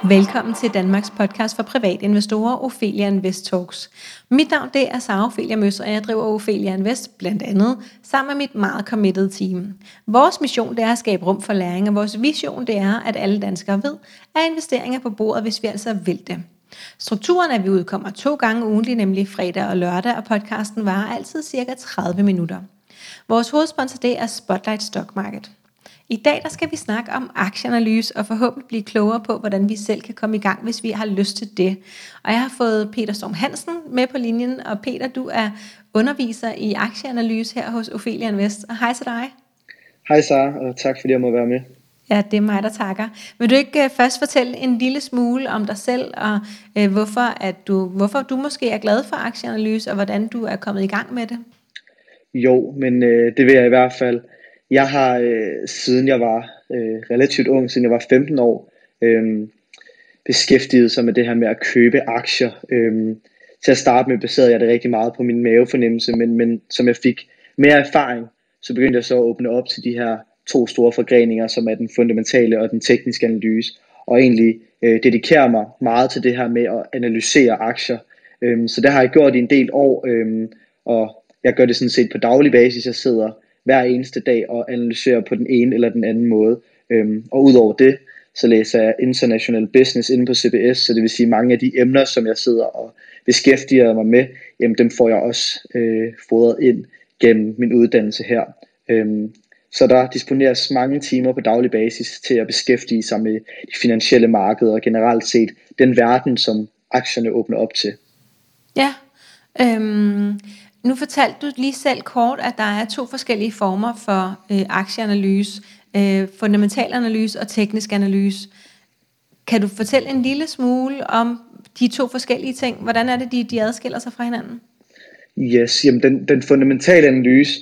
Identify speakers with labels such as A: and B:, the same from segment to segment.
A: Velkommen til Danmarks podcast for privatinvestorer, Ophelia Invest Talks. Mit navn det er Sara Ophelia Møs, og jeg driver Ophelia Invest blandt andet sammen med mit meget committed team. Vores mission det er at skabe rum for læring, og vores vision det er, at alle danskere ved, at investeringer på bordet, hvis vi altså vil det. Strukturen er, at vi udkommer 2 gange ugentlig, nemlig fredag og lørdag, og podcasten varer altid cirka 30 minutter. Vores hovedsponsor det er Spotlight Stock Market. I dag der skal vi snakke om aktieanalyse og forhåbentlig blive klogere på, hvordan vi selv kan komme i gang, hvis vi har lyst til det. Og jeg har fået Peter Storm Hansen med på linjen, og Peter, du er underviser i aktieanalyse her hos Ophelia Invest. Og hej til dig.
B: Hej Sara, og tak fordi jeg må være med.
A: Ja, det er mig, der takker. Vil du ikke først fortælle en lille smule om dig selv, og hvorfor du måske er glad for aktieanalyse, og hvordan du er kommet i gang med det?
B: Jo, men det vil jeg i hvert fald. Jeg har siden jeg var relativt ung, siden jeg var 15 år, beskæftiget sig med det her med at købe aktier. Til at starte med baserede jeg det rigtig meget på min mavefornemmelse, men som jeg fik mere erfaring, så begyndte jeg så at åbne op til de her 2 store forgreninger, som er den fundamentale og den tekniske analyse, og egentlig dedikere mig meget til det her med at analysere aktier. Så det har jeg gjort i en del år, og jeg gør det sådan set på daglig basis. Jeg sidder hver eneste dag og analyserer på den ene eller den anden måde. Og udover det, så læser jeg International Business inde på CBS, så det vil sige mange af de emner, som jeg sidder og beskæftiger mig med, jamen dem får jeg også fodret ind gennem min uddannelse her. Så der disponeres mange timer på daglig basis til at beskæftige sig med de finansielle markeder og generelt set den verden, som aktierne åbner op til.
A: Ja, nu fortalte du lige selv kort, at der er 2 forskellige former for aktieanalyse, fundamental analyse og teknisk analyse. Kan du fortælle en lille smule om de 2 forskellige ting? Hvordan er det, de adskiller sig fra hinanden?
B: Yes, jamen den fundamentale analyse,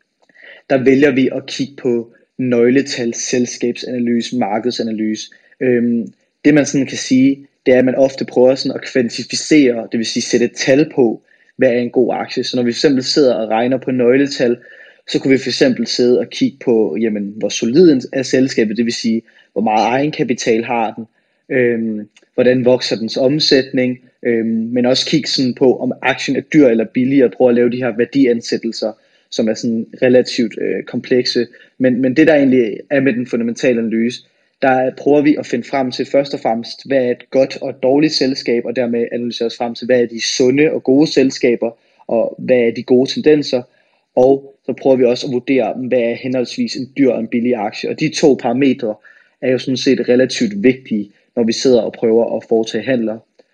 B: der vælger vi at kigge på nøgletal, selskabsanalyse, markedsanalyse. Det man sådan kan sige, det er, at man ofte prøver sådan at kvantificere, det vil sige sætte et tal på, hvad er en god aktie. Så når vi fx sidder og regner på nøgletal, så kunne vi fx sidde og kigge på, jamen, hvor solid er selskabet, det vil sige, hvor meget egenkapital har den, hvordan vokser dens omsætning, men også kigge sådan på, om aktien er dyr eller billig, og prøve at lave de her værdiansættelser, som er sådan relativt komplekse. Men det der egentlig er med den fundamentale analyse, der prøver vi at finde frem til først og fremmest, hvad er et godt og et dårligt selskab, og dermed analysere os frem til, hvad er de sunde og gode selskaber, og hvad er de gode tendenser, og så prøver vi også at vurdere, hvad er henholdsvis en dyr og en billig aktie. Og de 2 parametre er jo sådan set relativt vigtige, når vi sidder og prøver at foretage handler.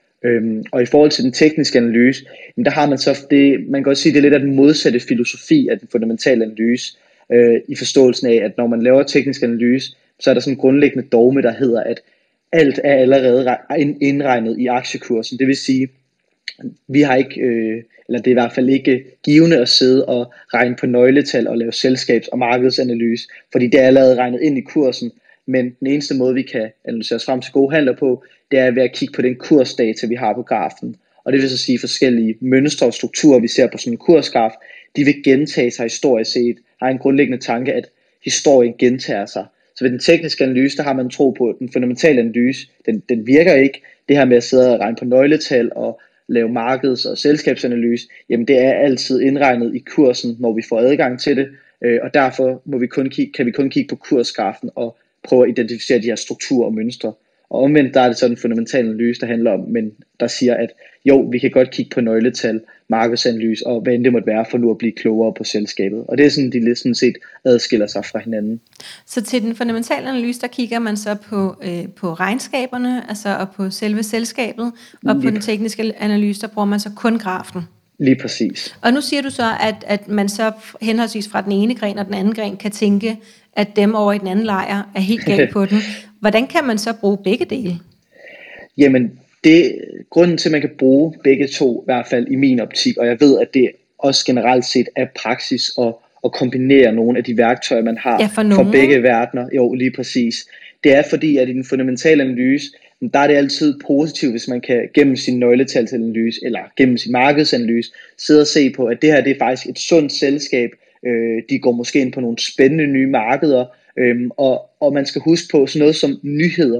B: Og i forhold til den tekniske analyse, der har man så det, man kan godt sige, det er lidt af den modsatte filosofi af den fundamentale analyse, i forståelsen af, at når man laver teknisk analyse, så er der sådan en grundlæggende dogme, der hedder, at alt er allerede indregnet i aktiekursen. Det vil sige, vi har ikke, eller det er i hvert fald ikke givende at sidde og regne på nøgletal og lave selskabs- og markedsanalyse, fordi det er allerede regnet ind i kursen. Men den eneste måde, vi kan analysere os frem til gode handler på, det er ved at kigge på den kursdata, vi har på grafen. Og det vil så sige, forskellige mønstre og strukturer, vi ser på sådan en kursgraf, de vil gentage sig historisk set. Har en grundlæggende tanke, at historien gentager sig. Så ved den tekniske analyse, der har man tro på, at den fundamentale analyse, den virker ikke. Det her med at sidde og regne på nøgletal og lave markeds- og selskabsanalyse, jamen det er altid indregnet i kursen, når vi får adgang til det. Og derfor kan vi kun kigge på kursgrafen og prøve at identificere de her strukturer og mønstre. Og omvendt, der er det sådan en fundamental analyse, der handler om, men der siger, at jo, vi kan godt kigge på nøgletal, markedsanalyse, og hvad end det måtte være, for nu at blive klogere på selskabet. Og det er sådan, de lidt sådan set adskiller sig fra hinanden.
A: Så til den fundamentale analyse, der kigger man så på regnskaberne, altså og på selve selskabet, og på den tekniske analyse, der bruger man så kun grafen.
B: Lige præcis.
A: Og nu siger du så, at man så henholdsvis fra den ene gren og den anden gren kan tænke, at dem over i den anden lejr er helt galt på den. Hvordan kan man så bruge begge dele?
B: Jamen, grunden til, at man kan bruge begge 2, i hvert fald i min optik, og jeg ved, at det også generelt set er praksis at kombinere nogle af de værktøjer, man har for begge verdener. Jo, lige præcis. Det er fordi, at i den fundamentale analyse, der er det altid positivt, hvis man kan gennem sin nøgletalsanalyse, eller gennem sin markedsanalyse, sidde og se på, at det her det er faktisk et sundt selskab. De går måske ind på nogle spændende nye markeder, og man skal huske på sådan noget som nyheder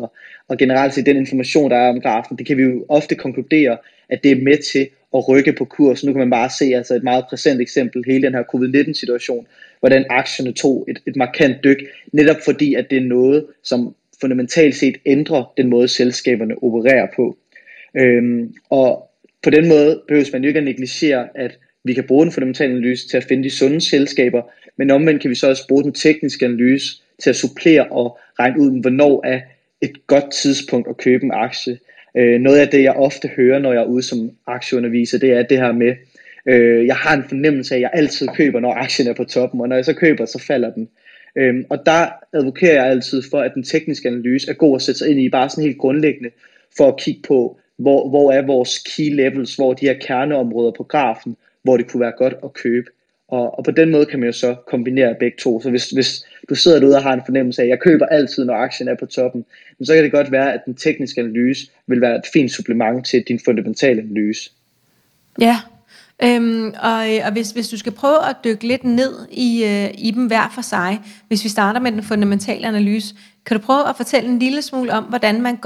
B: og generelt set den information, der er om grafen, det kan vi jo ofte konkludere, at det er med til at rykke på kursen. Nu kan man bare se altså et meget præsent eksempel, hele den her covid-19-situation, hvordan aktierne tog et markant dyk, netop fordi, at det er noget, som fundamentalt set ændrer den måde, selskaberne opererer på. Og på den måde behøves man jo ikke at negligere, at vi kan bruge den fundamentale analyse til at finde de sunde selskaber, men omvendt kan vi så også bruge den tekniske analyse til at supplere og regne ud, hvornår er et godt tidspunkt at købe en aktie. Noget af det, jeg ofte hører, når jeg er ude som aktieunderviser, det er det her med, jeg har en fornemmelse af, at jeg altid køber, når aktien er på toppen, og når jeg så køber, så falder den. Og der advokerer jeg altid for, at den tekniske analyse er god at sætte sig ind i, bare sådan helt grundlæggende, for at kigge på, hvor er vores key levels, hvor de her kerneområder på grafen, hvor det kunne være godt at købe. Og på den måde kan man jo så kombinere begge to. Så hvis du sidder derude og har en fornemmelse af, at jeg køber altid, når aktien er på toppen, så kan det godt være, at den tekniske analyse vil være et fint supplement til din fundamentale analyse.
A: Ja, og hvis du skal prøve at dykke lidt ned i dem hver for sig, hvis vi starter med den fundamentale analyse, kan du prøve at fortælle en lille smule om, hvordan man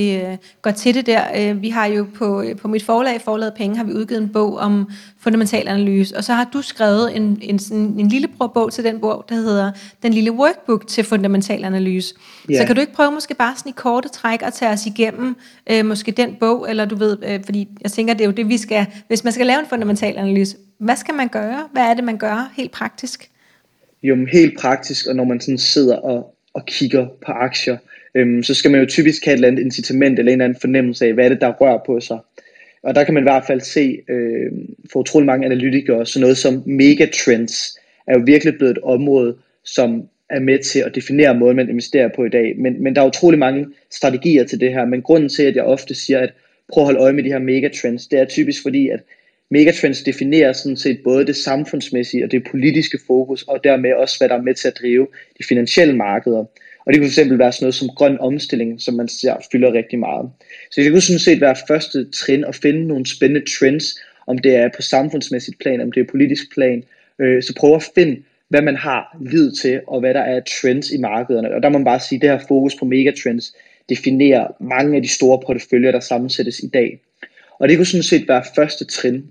A: går til det der? Vi har jo på mit forlag, Forlaget Penge, har vi udgivet en bog om fundamental analyse, og så har du skrevet en lille bog til den bog, der hedder Den lille workbook til fundamental analyse. Yeah. Så kan du ikke prøve måske bare sådan i korte træk at tage os igennem måske den bog, eller du ved, fordi jeg tænker, det er jo det, vi skal, hvis man skal lave en fundamental analyse, hvad skal man gøre? Hvad er det, man gør helt praktisk?
B: Jo, helt praktisk, og når man sådan sidder og kigger på aktier, så skal man jo typisk have et eller andet incitament eller en eller anden fornemmelse af, hvad er det, der rører på sig. Og der kan man i hvert fald se for utrolig mange analytikere, så noget som megatrends er jo virkelig blevet et område, som er med til at definere måden, man investerer på i dag. Men der er utrolig mange strategier til det her, men grunden til, at jeg ofte siger, at prøv at holde øje med de her megatrends, det er typisk fordi, at megatrends definerer sådan set både det samfundsmæssige og det politiske fokus, og dermed også, hvad der er med til at drive de finansielle markeder. Og det kunne fx være sådan noget som grøn omstilling, som man ser fylder rigtig meget. Så det kunne sådan set være første trin at finde nogle spændende trends, om det er på samfundsmæssigt plan, om det er politisk plan. Så prøv at finde, hvad man har lid til, og hvad der er trends i markederne. Og der må man bare sige, at det her fokus på megatrends definerer mange af de store porteføljer, der sammensættes i dag. Og det kunne sådan set være første trin.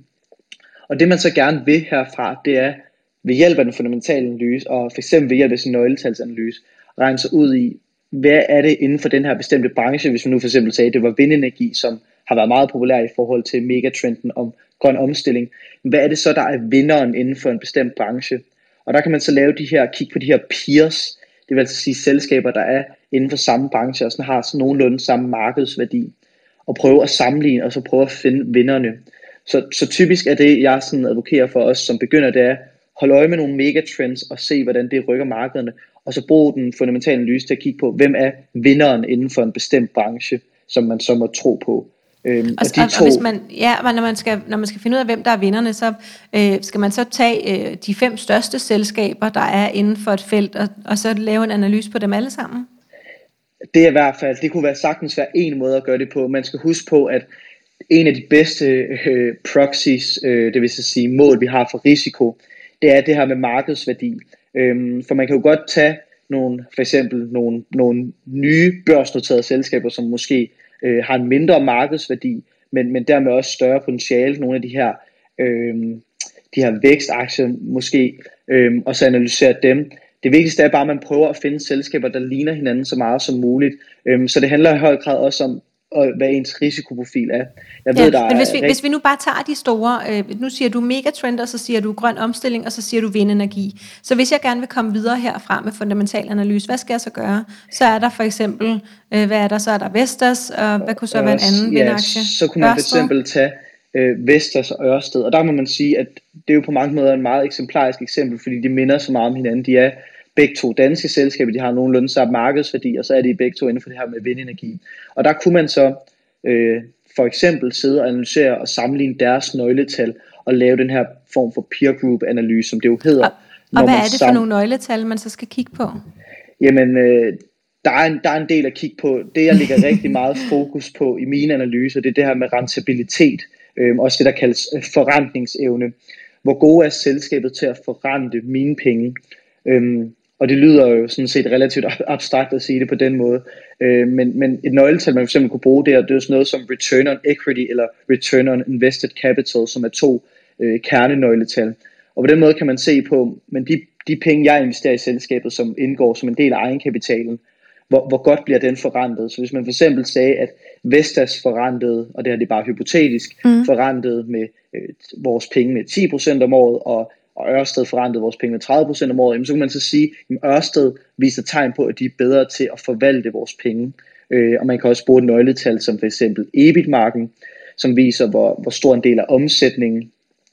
B: Og det man så gerne vil herfra, det er ved hjælp af den fundamentale analyse, og f.eks. ved hjælp af sin nøgletalsanalyse, regne sig ud i, hvad er det inden for den her bestemte branche, hvis man nu for eksempel sagde, at det var vindenergi, som har været meget populær i forhold til megatrenden om grøn omstilling. Hvad er det så, der er vinderen inden for en bestemt branche? Og der kan man så lave kigge på de her peers, det vil altså sige selskaber, der er inden for samme branche, og sådan har sådan nogenlunde samme markedsværdi, og prøve at sammenligne, og så prøve at finde vinderne. Så typisk er det, jeg sådan advokerer for os som begynder, det er, holde øje med nogle megatrends, og se, hvordan det rykker markederne, og så bruge den fundamentale analyse til at kigge på, hvem er vinderen inden for en bestemt branche, som man så må tro på.
A: Og hvis man, når man skal finde ud af, hvem der er vinderne, så skal man så tage de 5 største selskaber, der er inden for et felt, og så lave en analyse på dem alle sammen?
B: Det er i hvert fald, det kunne sagtens være en måde at gøre det på. Man skal huske på, at en af de bedste proxies, det vil sige mål, vi har for risiko, det er det her med markedsværdi. For man kan jo godt tage for eksempel nogle nye børsnoterede selskaber, som måske har en mindre markedsværdi, men dermed også større potentiale, nogle af de her vækstaktier måske, og så analysere dem. Det vigtigste er bare, at man prøver at finde selskaber, der ligner hinanden så meget som muligt. Så det handler i høj grad også om, hvad ens risikoprofil er. Jeg ved,
A: men hvis vi nu bare tager de store, nu siger du megatrend, og så siger du grøn omstilling, og så siger du vindenergi. Så hvis jeg gerne vil komme videre herfra med fundamental analyse, hvad skal jeg så gøre? Så er der for eksempel, hvad er der? Så er der Vestas, og hvad kunne så være en anden vindaktie?
B: Så kunne man for eksempel tage Vestas og Ørsted, og der må man sige, at det er jo på mange måder en meget eksemplarisk eksempel, fordi de minder så meget om hinanden. De er begge to danske selskaber, de har nogenlunde samme markedsværdi, og så er de begge to inden for det her med vindenergi. Og der kunne man så for eksempel sidde og analysere og sammenligne deres nøgletal og lave den her form for peer group analyse, som det jo hedder.
A: Og hvad er det for nogle nøgletal, man så skal kigge på?
B: Jamen, der er en del at kigge på. Det jeg lægger rigtig meget fokus på i mine analyser, det er det her med rentabilitet, også det der kaldes forrentningsevne. Hvor gode er selskabet til at forrente mine penge? Og det lyder jo sådan set relativt abstrakt at sige det på den måde. Men et nøgletal, man for eksempel kunne bruge det er jo sådan noget som return on equity eller return on invested capital, som er to kernenøgletal. Og på den måde kan man se på, men de penge, jeg investerer i selskabet, som indgår som en del af egenkapitalen, hvor godt bliver den forrentet. Så hvis man for eksempel sagde, at Vestas forrentede, og det her det er bare hypotetisk, forrentede med vores penge med 10% om året, og Ørsted forrentede vores penge med 30% om året, så kan man så sige, at Ørsted viser tegn på, at de er bedre til at forvalte vores penge. Og man kan også bruge et nøgletal som for eksempel EBIT-marken, som viser, hvor stor en del af omsætningen,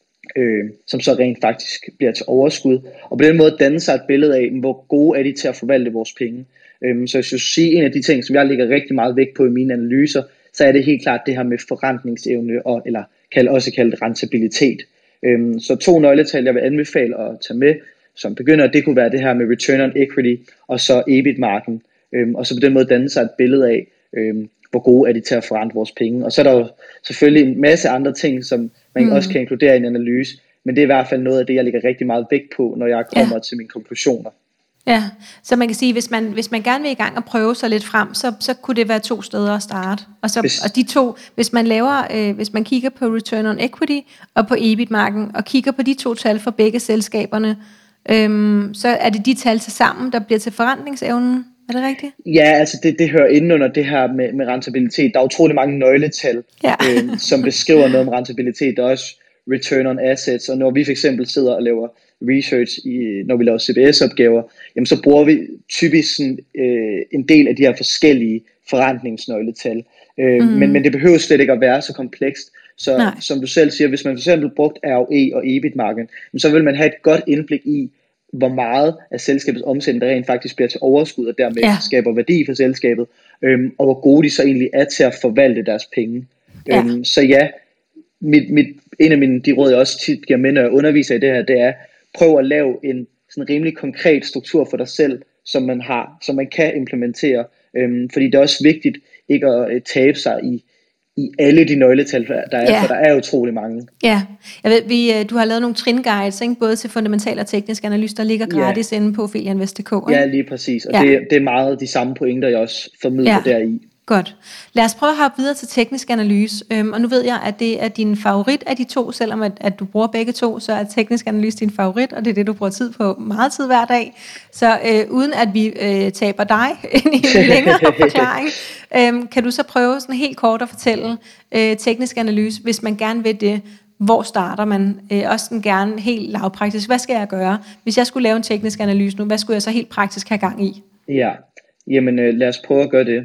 B: som så rent faktisk bliver til overskud. Og på den måde danne sig et billede af, hvor gode er de til at forvalte vores penge. Så jeg synes sige, en af de ting, som jeg lægger rigtig meget vægt på i mine analyser, så er det helt klart det her med forrentningsevne, eller også kaldet rentabilitet. Så to nøgletal, jeg vil anbefale at tage med, som begynder, det kunne være det her med return on equity, og så EBIT-marken. Og så på den måde danne sig et billede af, hvor gode er de til at forrente vores penge. Og så er der jo selvfølgelig en masse andre ting, som man også kan inkludere i en analyse, men det er i hvert fald noget af det, jeg lægger rigtig meget vægt på, når jeg kommer til mine konklusioner.
A: Ja, så man kan sige, hvis man gerne vil i gang og prøve sig lidt frem, så kunne det være 2 steder at starte. Og de to, hvis man kigger på return on equity og på EBIT-marken, og kigger på de 2 tal for begge selskaberne, så er det de tal til sammen, der bliver til forrentningsevnen. Er det rigtigt?
B: Ja, altså det hører ind under det her med rentabilitet. Der er utrolig mange nøgletal, som beskriver noget om rentabilitet. Der er også return on assets, og når vi for eksempel sidder og laver research, når vi laver CBS-opgaver, jamen så bruger vi typisk sådan, en del af de her forskellige forrentningsnøgletal. Men det behøver slet ikke at være så komplekst. Så som du selv siger, hvis man for eksempel brugt ROE og EBIT-marken, så vil man have et godt indblik i, hvor meget af selskabets omsætning der rent faktisk bliver til overskud, og dermed skaber værdi for selskabet, og hvor gode de så egentlig er til at forvalte deres penge. Så ja, en af de råd, jeg også tit giver med, når jeg underviser i det her, det er, prøv at lave en sådan rimelig konkret struktur for dig selv, som man kan implementere, fordi det er også vigtigt ikke at tabe sig i alle de nøgletal, der er, for der er utrolig mange.
A: Ja, jeg ved, du har lavet nogle trin-guides, ikke? Både til fundamental og teknisk analyse, der ligger gratis inde på ophelianvest.dk.
B: Ja, lige præcis, og det er meget de samme pointer, jeg også formidler deri.
A: Godt. Lad os prøve at hoppe videre til teknisk analyse, og nu ved jeg, at det er din favorit af de to, selvom at du bruger begge to, så er teknisk analyse din favorit, og det er det, du bruger tid på, meget tid hver dag. Så uden at vi taber dig ind i en længere forklaring, kan du så prøve sådan helt kort at fortælle teknisk analyse, hvis man gerne vil det. Hvor starter man? Også den gerne helt lavpraktisk. Hvad skal jeg gøre? Hvis jeg skulle lave en teknisk analyse nu, hvad skulle jeg så helt praktisk have gang i?
B: Ja, jamen lad os prøve at gøre det.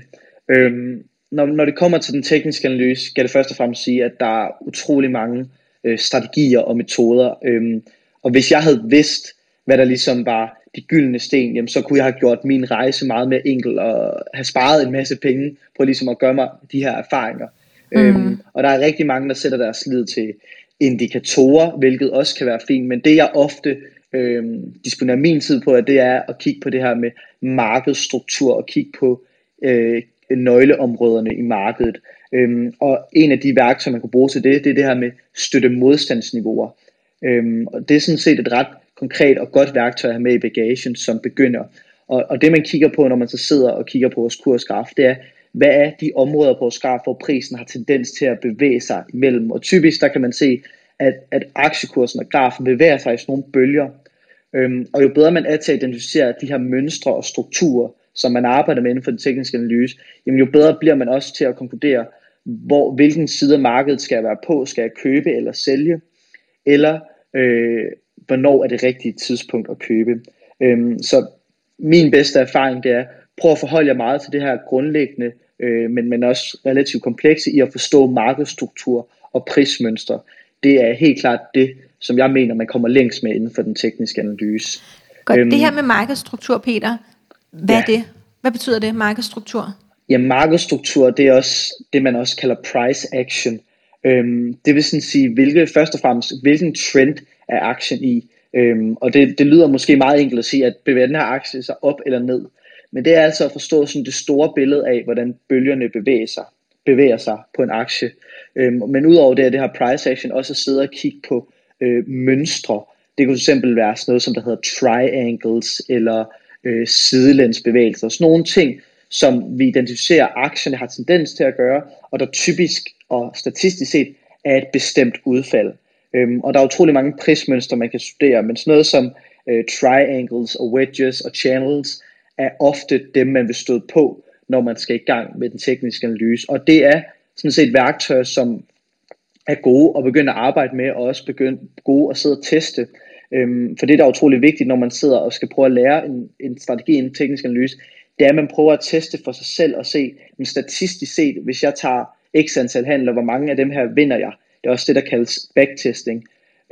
B: Når det kommer til den tekniske analyse, skal det først og fremmest sige, at der er utrolig mange strategier og metoder. Og hvis jeg havde vidst, hvad der ligesom var de gyldne sten, jamen, så kunne jeg have gjort min rejse meget mere enkel og have sparet en masse penge på ligesom at gøre mig de her erfaringer. Og der er rigtig mange, der sætter deres lid til indikatorer, hvilket også kan være fint, men det jeg ofte disponerer min tid på, det er at kigge på det her med markedsstruktur og kigge på nøgleområderne i markedet. Og en af de værktøjer, man kan bruge til det er det her med støtte modstandsniveauer. Og det er sådan set et ret konkret og godt værktøj at have med i bagagen som begynder. Og det man kigger på, når man så sidder og kigger på vores kursgraf, det er, hvad er de områder på vores graf, hvor prisen har tendens til at bevæge sig imellem. Og typisk der kan man se, at aktiekursen og grafen bevæger sig i sådan nogle bølger. Og jo bedre man er til at identificere de her mønstre og strukturer, som man arbejder med inden for den tekniske analyse, jamen jo bedre bliver man også til at konkludere, hvilken side af markedet skal jeg være på, skal jeg købe eller sælge, eller hvornår er det rigtige tidspunkt at købe. Så min bedste erfaring, det er, prøv at forholde jer meget til det her grundlæggende, men også relativt komplekse i at forstå markedsstruktur og prismønstre. Det er helt klart det, som jeg mener, man kommer længst med inden for den tekniske analyse.
A: Godt. Det her med markedsstruktur, Peter, hvad er det? Hvad betyder det, markedsstruktur?
B: Ja, markedsstruktur, det er også det, man også kalder price action. Det vil sådan sige, først og fremmest, hvilken trend er aktien i. Og det lyder måske meget enkelt at sige, at bevæger den her aktie sig op eller ned. Men det er altså at forstå sådan det store billede af, hvordan bølgerne bevæger sig på en aktie. Men udover det er det her price action også at sidde og kigge på mønstre. Det kunne fx være sådan noget, som der hedder triangles, eller sidelænsbevægelser, sådan nogle ting, som vi identificerer, aktierne har tendens til at gøre, og der typisk og statistisk set er et bestemt udfald. Og der er utrolig mange prismønstre, man kan studere, men sådan noget som triangles og wedges og channels er ofte dem, man vil støde på, når man skal i gang med den tekniske analyse. Og det er sådan set værktøjer, som er gode at begynde at arbejde med, og også gode at sidde og teste. For det, der er utrolig vigtigt, når man sidder og skal prøve at lære en strategi, en teknisk analyse, det er, at man prøver at teste for sig selv og se, men statistisk set, hvis jeg tager x antal handler, hvor mange af dem her vinder jeg. Det er også det, der kaldes backtesting.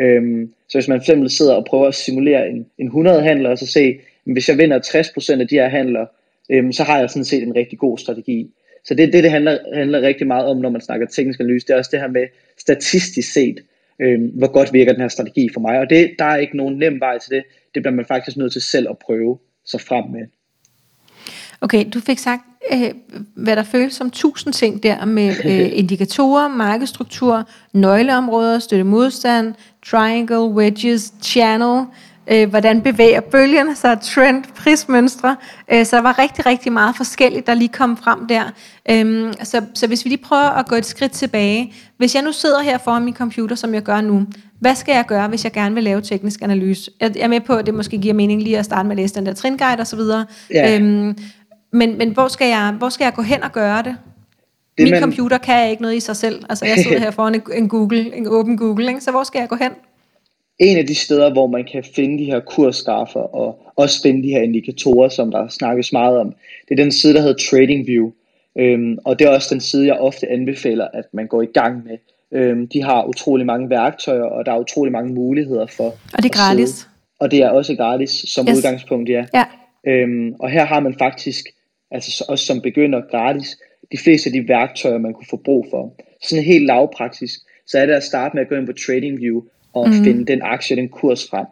B: Så hvis man for eksempel sidder og prøver at simulere en 100 handler, og så se, hvis jeg vinder 60% af de her handler, så har jeg sådan set en rigtig god strategi. Så det handler rigtig meget om, når man snakker teknisk analyse. Det er også det her med statistisk set, hvor godt virker den her strategi for mig. Og der er ikke nogen nem vej til det. Det bliver man faktisk nødt til selv at prøve sig frem med.
A: Okay, du fik sagt, hvad der føles som 1000 ting der med indikatorer, markedsstruktur, nøgleområder, støtte modstand, triangle, wedges, channel, hvordan bevæger bølgerne sig, trend, prismønstre. Så der var rigtig, rigtig meget forskelligt, der lige kom frem der. Så hvis vi lige prøver at gå et skridt tilbage. Hvis jeg nu sidder her foran min computer, som jeg gør nu, hvad skal jeg gøre, hvis jeg gerne vil lave teknisk analyse? Jeg er med på, at det måske giver mening lige at starte med at læse den der tringuide og så videre. Yeah. Men hvor skal jeg gå hen og gøre det? Min computer kan ikke noget i sig selv. Altså jeg sidder her foran en åben Google, ikke? Så hvor skal jeg gå hen?
B: En af de steder, hvor man kan finde de her kursgrafer og også finde de her indikatorer, som der snakkes meget om, det er den side, der hedder TradingView. Og det er også den side, jeg ofte anbefaler, at man går i gang med. De har utrolig mange værktøjer, og der er utrolig mange muligheder for.
A: Og det er gratis.
B: Sidde. Og det er også gratis som udgangspunkt, ja. Og her har man faktisk, altså også som begynder gratis, de fleste af de værktøjer, man kunne få brug for. Sådan helt lavpraktisk, så er det at starte med at gå ind på TradingView og finde den aktie, den kurs frem.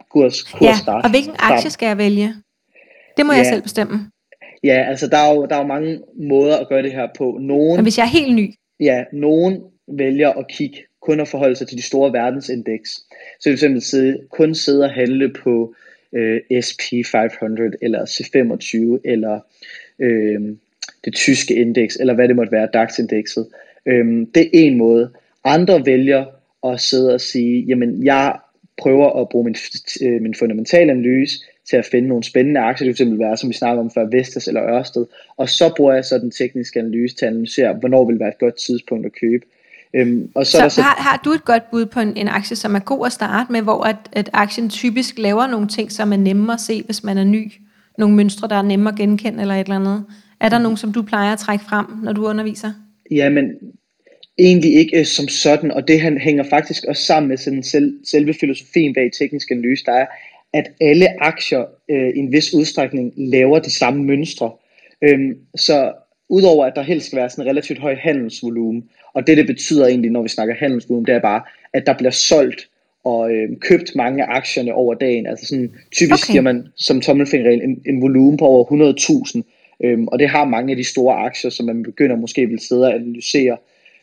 A: Og hvilken aktie skal jeg vælge? Det må jeg selv bestemme.
B: Ja, altså der er jo mange måder at gøre det her på.
A: Men hvis jeg er helt ny?
B: Ja, nogen vælger at kigge, kun at forholde sig til de store verdensindeks. Så for eksempel kun sidde og handle på SP 500 eller C25 eller det tyske indeks, eller hvad det måtte være, DAX-indekset. Det er en måde. Andre vælger at sidde og sige, jamen jeg prøver at bruge min fundamentale analyse til at finde nogle spændende aktier, det vil være, som vi snakker om før, Vestas eller Ørsted, og så bruger jeg så den tekniske analyse til at analysere, hvornår vil være et godt tidspunkt at købe. Og så
A: har du et godt bud på en aktie, som er god at starte med, hvor at aktien typisk laver nogle ting, som er nemme at se, hvis man er ny? Nogle mønstre, der er nemme at genkende eller et eller andet? Er der nogen, som du plejer at trække frem, når du underviser?
B: Jamen, egentlig ikke som sådan, og det hænger faktisk også sammen med sådan selve filosofien bag teknisk analyse, der er, at alle aktier i en vis udstrækning laver de samme mønstre. Så udover at der helst skal være sådan en relativt høj handelsvolumen, og det betyder egentlig, når vi snakker handelsvolumen, det er bare, at der bliver solgt og købt mange af aktierne over dagen. Altså sådan, typisk giver man som tommelfingerregel en volumen på over 100.000, og det har mange af de store aktier, som man begynder måske vil sidde og analysere.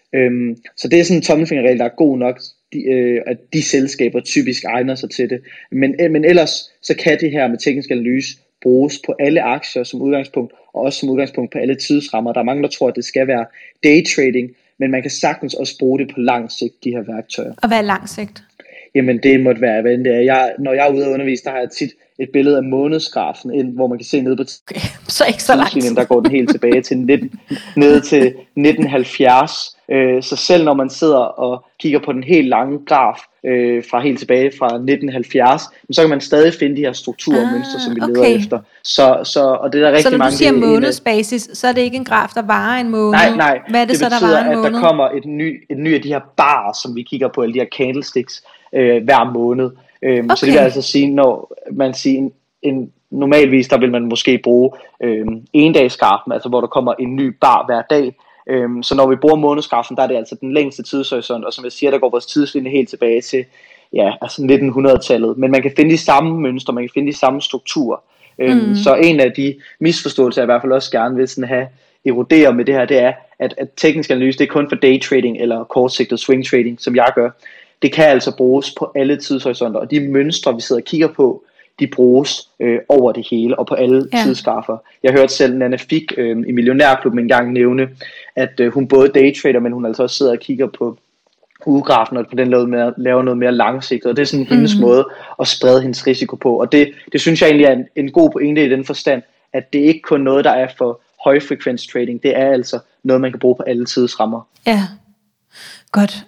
B: Så det er sådan en tommelfingerregel, der er god nok, at de selskaber typisk egner sig til det. Men ellers så kan det her med teknisk analyse bruges på alle aktier som udgangspunkt, og også som udgangspunkt på alle tidsrammer. Der er mange, der tror, at det skal være daytrading, men man kan sagtens også bruge det på lang sigt, de her værktøjer.
A: Og hvad er lang sigt?
B: Jamen det måtte være, hvad det er. Når jeg er ude at undervise, der har jeg tit et billede af månedsgrafen ind, hvor man kan se nede på
A: så ikke så langt.
B: Der går den helt tilbage til ned til 1970. Så selv når man sidder og kigger på den helt lange graf fra helt tilbage fra 1970, så kan man stadig finde de her strukturer og mønstre, som vi leder efter. Og det er der rigtig
A: så når
B: mange.
A: du siger månedsbasis, så er det ikke en graf, der varer en måned?
B: Nej.
A: Hvad er det så, der varer en måned?
B: At der kommer et ny af de her barer, som vi kigger på, eller de her candlesticks hver måned. Så det vil altså sige, når man siger normalvis, der vil man måske bruge endagsgrafen, altså hvor der kommer en ny bar hver dag. Så når vi bruger månedsgrafen, der er det altså den længste tidshorisont, og som jeg siger, der går vores tidslinje helt tilbage til altså 1900-tallet. Men man kan finde de samme mønstre, man kan finde de samme strukturer. Så en af de misforståelser, jeg i hvert fald også gerne vil sådan have erodere med det her, det er, at teknisk analyse, det er kun for daytrading eller kortsigtet swing trading, som jeg gør. Det kan altså bruges på alle tidshorisonter, og de mønstre, vi sidder og kigger på, de bruges over det hele og på alle tidsgrafer. Jeg hørte selv Nana Fik i Millionærklubben engang nævne, at hun både daytrader, men hun altså også sidder og kigger på ugegrafen, og på den måde laver noget mere langsigtet, og det er sådan hendes måde at sprede hendes risiko på, og det synes jeg egentlig er en god pointe i den forstand, at det ikke kun noget, der er for højfrekvens trading, det er altså noget, man kan bruge på alle tidsrammer.
A: Ja, godt.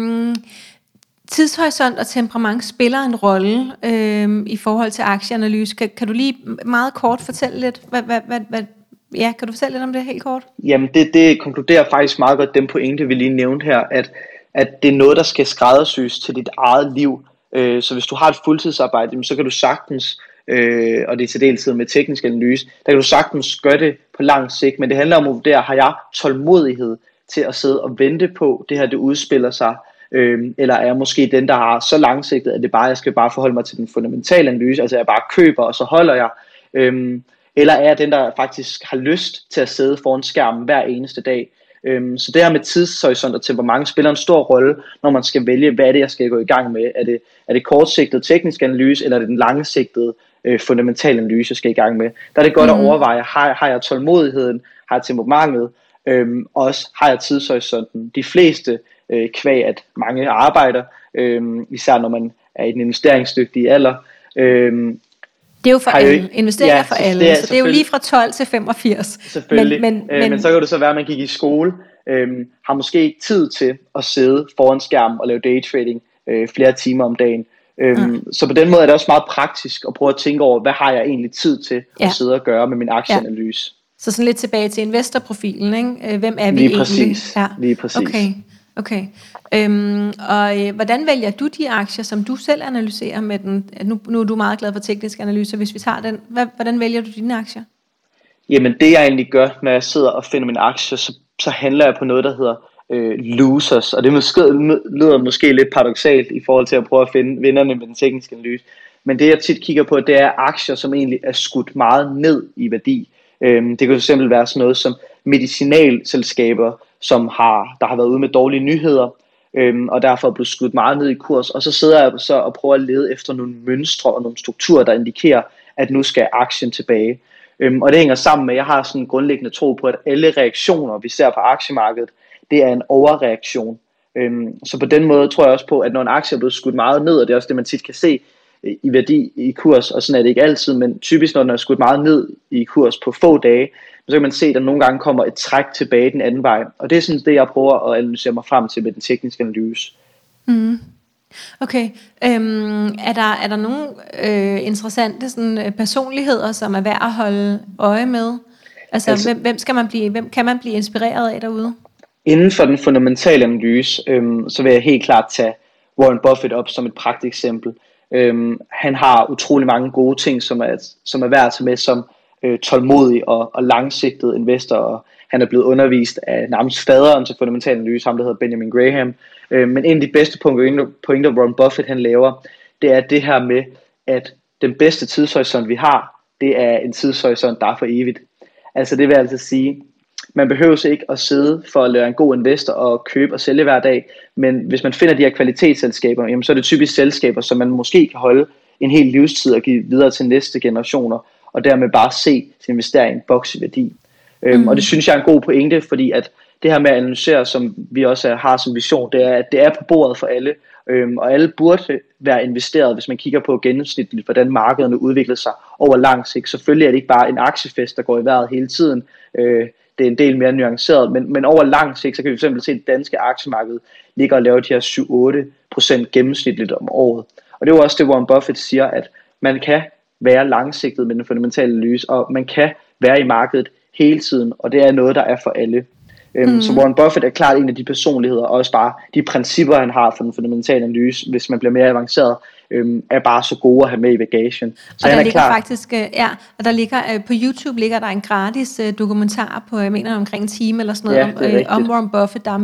A: Tidshorisont og temperament spiller en rolle i forhold til aktieanalyse. Kan du lige meget kort fortælle lidt, kan du fortælle lidt om det helt kort?
B: Jamen det konkluderer faktisk meget godt den pointe, vi lige nævnte her, at det er noget, der skal skræddersys til dit eget liv. Så hvis du har et fuldtidsarbejde, så kan du sagtens, og det er til deltid med teknisk analyse, der kan du sagtens gøre det på lang sigt, men det handler om at vurdere, har jeg tålmodighed til at sidde og vente på, det her det udspiller sig, eller er jeg måske den, der har så langsigtet, at jeg skal bare forholde mig til den fundamentale analyse, altså jeg bare køber, og så holder jeg, eller er jeg den, der faktisk har lyst til at sidde foran skærmen hver eneste dag. Så det her med tidshorisont og temperament spiller en stor rolle, når man skal vælge, hvad er det, jeg skal gå i gang med. Er det kortsigtet teknisk analyse, eller er det den langsigtede fundamentale analyse, jeg skal i gang med. Der er det godt at overveje, har jeg tålmodigheden, har jeg temperamentet, også har jeg tidshorisonten. De fleste kvæg, at mange arbejder, især når man er i den investeringsdygtige alder.
A: Det er jo for alle. Investeringer for alle. Så det er jo lige fra 12 til 85.
B: Selvfølgelig. Men så kan det så være, at man gik i skole, har måske ikke tid til at sidde foran skærmen og lave daytrading flere timer om dagen. Så på den måde er det også meget praktisk at prøve at tænke over, hvad har jeg egentlig tid til at sidde og gøre med min aktieanalyse.
A: Så sådan lidt tilbage til investorprofilen, ikke? Hvem er vi
B: lige
A: egentlig?
B: Præcis. Ja. Lige præcis.
A: Okay. Og hvordan vælger du de aktier, som du selv analyserer med den? Nu er du meget glad for teknisk analyse, hvis vi tager den. Hvordan vælger du dine aktier?
B: Jamen det jeg egentlig gør, når jeg sidder og finder mine aktier, så handler jeg på noget, der hedder losers. Og det lyder måske lidt paradoksalt i forhold til at prøve at finde vinderne med den tekniske analyse. Men det jeg tit kigger på, det er aktier, som egentlig er skudt meget ned i værdi. Det kan jo simpelthen være sådan noget som medicinalselskaber, der har været ude med dårlige nyheder, og derfor er blevet skudt meget ned i kurs. Og så sidder jeg så og prøver at lede efter nogle mønstre og nogle strukturer, der indikerer, at nu skal aktien tilbage. Og det hænger sammen med, at jeg har sådan en grundlæggende tro på, at alle reaktioner, vi ser på aktiemarkedet, det er en overreaktion. Så på den måde tror jeg også på, at når en aktie er blevet skudt meget ned, og det er også det, man tit kan se i værdi i kurs, og sådan er det ikke altid, men typisk når den er skudt meget ned i kurs på få dage, så kan man se, at der nogle gange kommer et træk tilbage den anden vej. Og det er sådan det, jeg prøver at analysere mig frem til med den tekniske analyse.
A: Okay. Er der nogle interessante sådan, personligheder, som er værd at holde øje med? Altså hvem kan man blive inspireret af derude?
B: Inden for den fundamentale analyse, så vil jeg helt klart tage Warren Buffett op som et pragteksempel. Han har utrolig mange gode ting, som er værd at tage med som tålmodig og langsigtet investor, og han er blevet undervist af nærmest faderen til fundamental analyse, ham der hedder Benjamin Graham. Men en af de bedste pointer Warren Buffett han laver, det er det her med, at den bedste tidshorisont vi har, det er en tidshorisont, der er for evigt. Altså det vil altså sige, man behøver ikke at sidde for at lære en god investor og købe og sælge hver dag, men hvis man finder de her kvalitetsselskaber, jamen så er det typisk selskaber, som man måske kan holde en hel livstid og give videre til næste generationer, og dermed bare se sin investering vokse i værdi. Og det synes jeg er en god pointe, fordi at det her med at analysere, som vi også har som vision, det er, at det er på bordet for alle, og alle burde være investeret, hvis man kigger på gennemsnitligt, hvordan markederne udvikler sig over lang sigt. Selvfølgelig er det ikke bare en aktiefest, der går i vejret hele tiden. Det er en del mere nuanceret, men over lang sigt, så kan vi fx se, at det danske aktiemarked ligger og laver de her 7-8% gennemsnitligt om året. Og det er jo også det, Warren Buffett siger, at man kan være langsigtet med den fundamentale analyse, og man kan være i markedet hele tiden, og det er noget, der er for alle. Så Warren Buffett er klart en af de personligheder, og også bare de principper, han har for den fundamentale analyse, hvis man bliver mere avanceret, er bare så gode at have med i bagagen. Så
A: og der ligger faktisk, og der ligger, på YouTube ligger der en gratis dokumentar på, jeg mener omkring en time eller sådan noget, om Warren Buffett, der er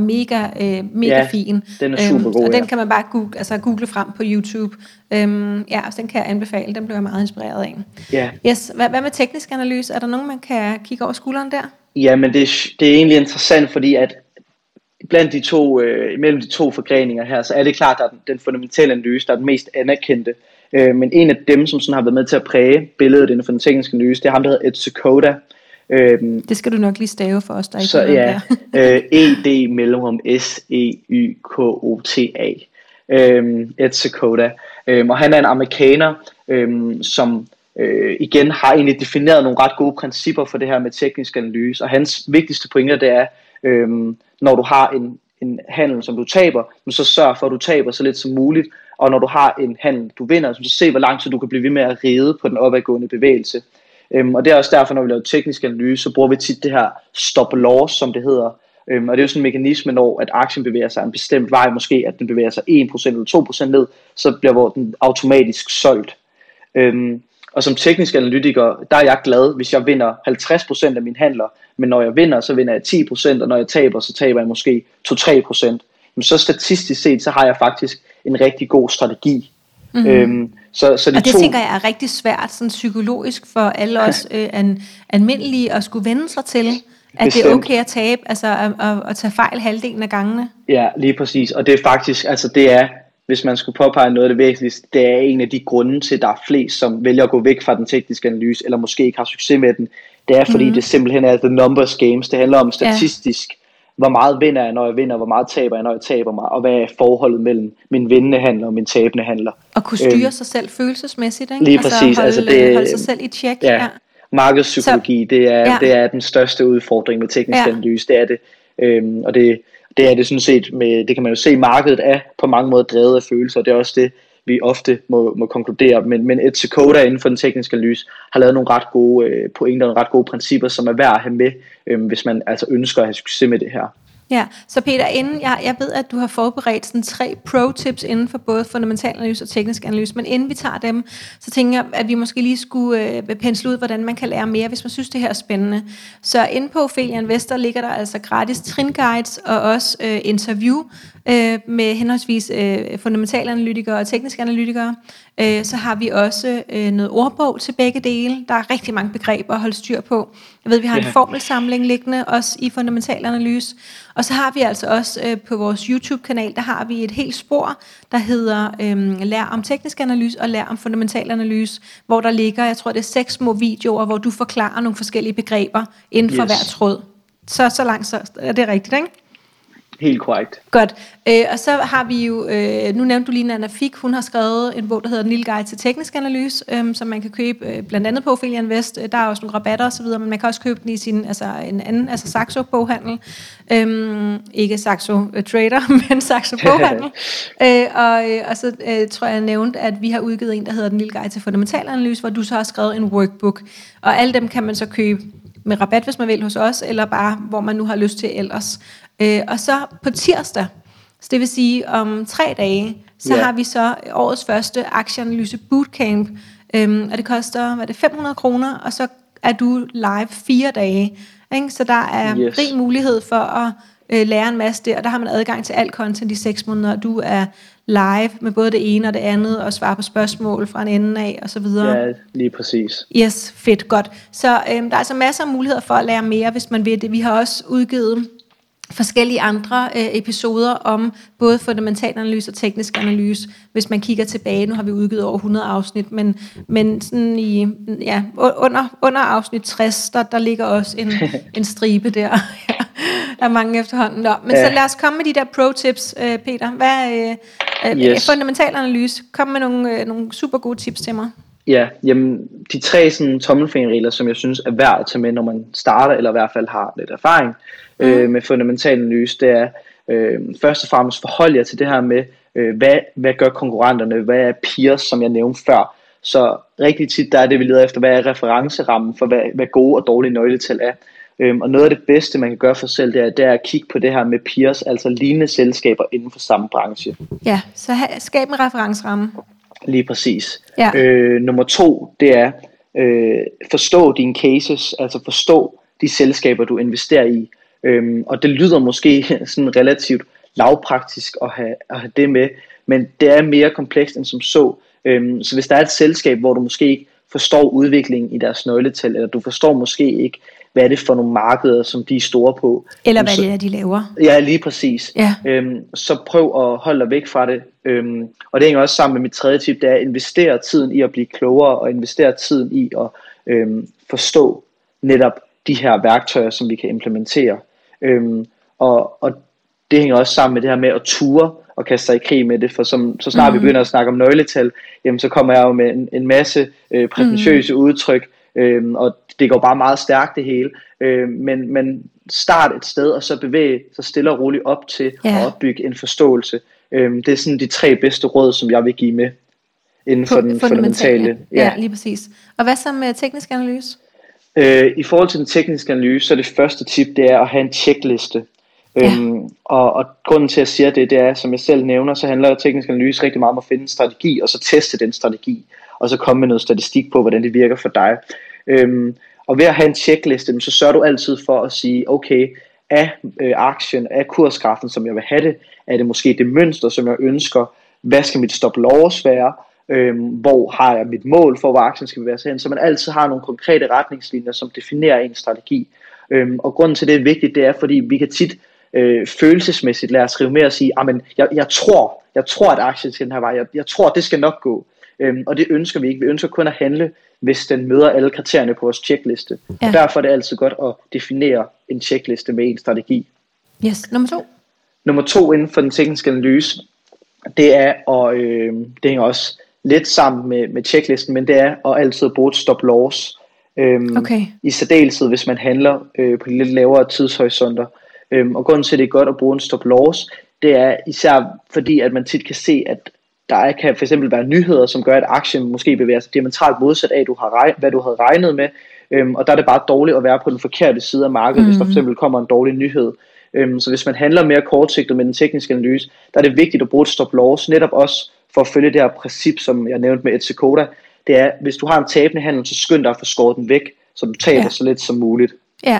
A: mega fin.
B: Den er super god,
A: og den kan man bare google frem på YouTube. Så den kan jeg anbefale, den blev jeg meget inspireret af. Yes. Hvad med teknisk analyse? Er der nogen, man kan kigge over skulderen der?
B: Ja, men det er egentlig interessant, fordi at blandt mellem de to forgreninger her, så er det klart, at den fundamentale analyse, der er den mest anerkendte. Men en af dem, som sådan har været med til at præge billedet inden for den tekniske analyse, det er ham, der hedder Ed Seykota.
A: Det skal du nok lige stave for os, der ikke
B: så
A: ja,
B: ED mellemrum SEYKOTA. Ed Seykota. Og han er en amerikaner, som igen har egentlig defineret nogle ret gode principper for det her med teknisk analyse. Og hans vigtigste pointer, det er, når du har en handel, som du taber, så sørg for, at du taber så lidt som muligt. Og når du har en handel, du vinder, så se, hvor lang tid du kan blive ved med at ride på den opadgående bevægelse. Og det er også derfor, når vi laver teknisk analyse, så bruger vi tit det her stop loss, som det hedder. Og det er jo sådan en mekanisme, når at aktien bevæger sig en bestemt vej, måske at den bevæger sig 1% eller 2% ned, så bliver den automatisk solgt. Og som teknisk analytiker, der er jeg glad, hvis jeg vinder 50% af mine handler, men når jeg vinder, så vinder jeg 10%, og når jeg taber, så taber jeg måske 2-3%. Men så statistisk set, så har jeg faktisk en rigtig god strategi. Så
A: og det tænker jeg er rigtig svært sådan psykologisk for alle os almindelige at skulle vende sig til, at bestemt. Det er okay at tabe, altså at tage fejl halvdelen af gangene.
B: Ja, lige præcis. Og det er faktisk, altså det er, hvis man skulle påpege noget af det væsentligste, det er en af de grunde til, at der er flest, som vælger at gå væk fra den tekniske analyse, eller måske ikke har succes med den. Det er fordi, det simpelthen er the numbers games. Det handler om statistisk, hvor meget vinder jeg, når jeg vinder, hvor meget taber jeg, når jeg taber mig, og hvad er forholdet mellem min vindende handler og min tabende handler.
A: Og kunne styre sig selv følelsesmæssigt, ikke?
B: Lige præcis.
A: Holde sig selv i check.
B: Ja. Markedspsykologi, det er den største udfordring med teknisk analyse, det er det. Og det er det sådan set, det kan man jo se, markedet er på mange måder drevet af følelser, og det er også det, vi ofte må konkludere. Men Ed Seykota inden for den tekniske analyse har lavet nogle ret gode pointer, nogle ret gode principper, som er værd at have med, hvis man altså ønsker at have succes med det her.
A: Ja, så Peter, inden jeg ved, at du har forberedt sådan 3 pro-tips inden for både fundamental analyse og teknisk analyse, men inden vi tager dem, så tænker jeg, at vi måske lige skulle pensle ud, hvordan man kan lære mere, hvis man synes, det her er spændende. Så inde på Ophelia Investor ligger der altså gratis tringuides og også interview med henholdsvis fundamentale analytikere og tekniske analytikere. Så har vi også noget ordbog til begge dele. Der er rigtig mange begreber at holde styr på. Jeg ved, vi har en formelsamling liggende også i fundamental analyse. Og så har vi altså også på vores YouTube-kanal, der har vi et helt spor, der hedder Lær om teknisk analyse og Lær om fundamental analyse, hvor der ligger, jeg tror det er 6 små videoer, hvor du forklarer nogle forskellige begreber inden for hver tråd. Så langt så er det rigtigt, ikke?
B: Helt korrekt.
A: Godt. Og så har vi jo, nu nævnte du lige Nana Fik, hun har skrevet en bog, der hedder Den lille guide til teknisk analyse, som man kan købe blandt andet på Ophelia Invest. Der er også nogle rabatter osv., men man kan også købe den i sin, altså en anden, altså Saxo boghandel. Ikke Saxo Trader, men Saxo boghandel. Og så tror jeg nævnt, at vi har udgivet en, der hedder Den lille guide til fundamental analyse, hvor du så har skrevet en workbook. Og alle dem kan man så købe med rabat, hvis man vil, hos os, eller bare, hvor man nu har lyst til ellers. Og så på tirsdag, så det vil sige om 3 dage, så har vi så årets første aktieanalyse bootcamp, og det koster, hvad er det, 500 kroner, og så er du live 4 dage, ikke? Så der er rig mulighed for at lære en masse der, og der har man adgang til alt content i 6 måneder, og du er live med både det ene og det andet, og svare på spørgsmål fra en ende af, og så videre.
B: Ja, lige præcis.
A: Yes, fedt, godt. Så der er altså masser af muligheder for at lære mere, hvis man vil det. Vi har også udgivet forskellige andre episoder om både fundamental analyse og teknisk analyse, hvis man kigger tilbage. Nu har vi udgivet over 100 afsnit, men sådan i, under afsnit 60, der ligger også en stribe der. Der er mange efterhånden. Men så lad os komme med de der pro-tips, Peter. Hvad fundamental analyse? Kom med nogle super gode tips til mig.
B: Ja, jamen de 3 sådan tommelfingerregler, som jeg synes er værd at tage med, når man starter, eller i hvert fald har lidt erfaring med fundamental analyse, det er først og fremmest forhold jer til det her med, hvad gør konkurrenterne, hvad er peers, som jeg nævnte før. Så rigtig tit der er det, vi leder efter, hvad er referencerammen for, hvad gode og dårlige nøgletal er. Og noget af det bedste, man kan gøre for sig selv, det er at kigge på det her med peers, altså lignende selskaber inden for samme branche.
A: Ja, så skab en referenceramme.
B: Lige præcis. Ja. Nummer 2, det er forstå dine cases, altså forstå de selskaber, du investerer i. Og det lyder måske sådan relativt lavpraktisk at have det med, men det er mere komplekst end som så. Så hvis der er et selskab, hvor du måske ikke forstår udviklingen i deres nøgletal, eller du forstår måske ikke, hvad er det for nogle markeder, som de er store på.
A: Eller hvad det er, de laver.
B: Ja, lige præcis.
A: Ja.
B: Så prøv at holde dig væk fra det. Og det hænger også sammen med mit tredje tip, det er at investere tiden i at blive klogere, og investere tiden i at forstå netop de her værktøjer, som vi kan implementere. Og det hænger også sammen med det her med at ture og kaste sig i krig med det, for så snart vi begynder at snakke om nøgletal, jamen så kommer jeg jo med en masse prætentiøse udtryk, og det går bare meget stærkt det hele, men start et sted, og så bevæge sig stille og roligt op til at opbygge en forståelse. Det er sådan de 3 bedste råd, som jeg vil give med inden for den fundamentale.
A: Ja, lige præcis. Og hvad så med teknisk analyse?
B: I forhold til den tekniske analyse, så er det første tip, det er at have en checkliste. Og grunden til at jeg siger det er, som jeg selv nævner, så handler teknisk analyse rigtig meget om at finde en strategi, og så teste den strategi, og så komme med noget statistik på, hvordan det virker for dig. Og ved at have en checkliste, så sørger du altid for at sige, okay, af aktien, af kursgrafen, som jeg vil have det, er det måske det mønster, som jeg ønsker, hvad skal mit stop loss være, hvor har jeg mit mål for, hvor aktien skal bevæge sig hen, så man altid har nogle konkrete retningslinjer, som definerer en strategi. Og grunden til det er vigtigt, det er, fordi vi kan tit følelsesmæssigt lade os rive med og sige, jeg tror, at aktien skal den her vej, jeg tror, det skal nok gå. Og det ønsker vi ikke. Vi ønsker kun at handle, hvis den møder alle kriterierne på vores checkliste. Og derfor er det altid godt at definere en checkliste med en strategi.
A: Yes, nummer 2.
B: Nummer 2 inden for den tekniske analyse, det er, og det hænger også lidt sammen med checklisten, men det er at altid bruge et stop loss. I særdeleshed, hvis man handler på de lidt lavere tidshorisonter. Og grunden til, at det er godt at bruge en stop loss, det er især fordi, at man tit kan se, at der kan for eksempel være nyheder, som gør, at aktien måske bevæger sig diametralt modsat af, hvad du havde regnet med. Og der er det bare dårligt at være på den forkerte side af markedet, hvis der for eksempel kommer en dårlig nyhed. Så hvis man handler mere kortsigtet med den tekniske analyse, der er det vigtigt at bruge et stop loss, netop også for at følge det her princip, som jeg nævnte med Etsikota. Det er, hvis du har en tabende handel, så skynd dig at få skåret den væk, så du taber så lidt som muligt.
A: Ja.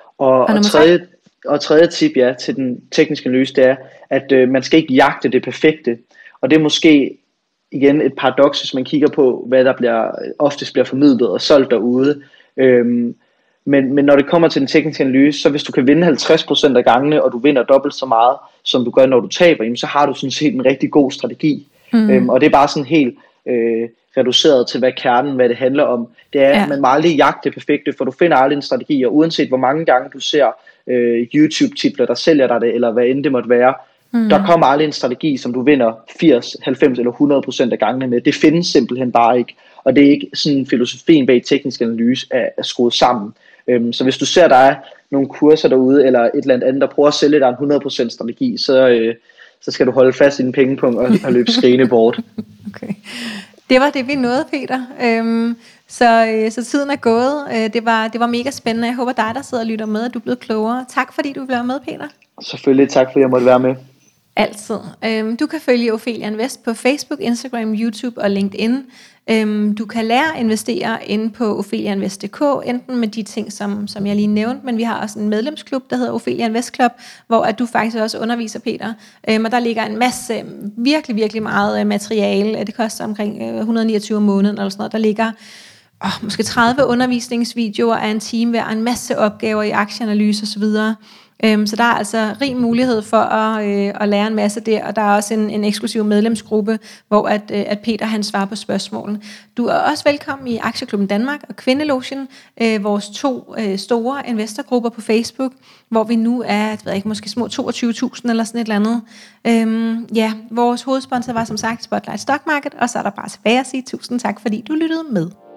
B: Og tredje tip til den tekniske analyse, det er, at man skal ikke jagte det perfekte. Og det er måske igen et paradoks, hvis man kigger på, hvad der oftest bliver formidlet og solgt derude. Men når det kommer til den tekniske analyse, så hvis du kan vinde 50% af gangene, og du vinder dobbelt så meget, som du gør, når du taber, jamen, så har du sådan set en rigtig god strategi. Og det er bare sådan helt reduceret til, hvad det handler om. Det er, at man må aldrig jagte det perfekte, for du finder aldrig en strategi, og uanset hvor mange gange du ser YouTube-titler, der sælger dig det, eller hvad end det måtte være, der kommer aldrig en strategi, som du vinder 80, 90 eller 100% af gangene med. Det findes simpelthen bare ikke. Og det er ikke sådan filosofien bag teknisk analyse er skruet sammen. Så hvis du ser, der er nogle kurser derude, eller et eller andet, der prøver at sælge dig en 100% strategi, så skal du holde fast i din pengepunkt og løbe skrigende bort.
A: Okay. Det var det, vi nåede, Peter. Så tiden er gået. Det var mega spændende. Jeg håber dig, der sidder og lytter med, at du er blevet klogere. Tak fordi du blev med, Peter.
B: Selvfølgelig, tak fordi jeg måtte være med.
A: Altid. Du kan følge Ophelia Invest på Facebook, Instagram, YouTube og LinkedIn. Du kan lære at investere inde på opheliainvest.dk, enten med de ting, som jeg lige nævnte, men vi har også en medlemsklub, der hedder Ophelia Invest Club, hvor at du faktisk også underviser, Peter. Og der ligger en masse, virkelig, virkelig meget materiale. Det koster omkring 129 om måneden eller sådan noget. Der ligger måske 30 undervisningsvideoer af en time hver, en masse opgaver i aktieanalyse osv. Så der er altså rig mulighed for at lære en masse der, og der er også en eksklusiv medlemsgruppe, hvor at Peter han svarer på spørgsmålene. Du er også velkommen i Aktieklubben Danmark og Kvindelogen, vores 2 store investorgrupper på Facebook, hvor vi nu er, måske små 22.000 eller sådan et eller andet. Vores hovedsponsor var som sagt Spotlight Stock Market, og så er der bare tilbage at sige tusind tak, fordi du lyttede med.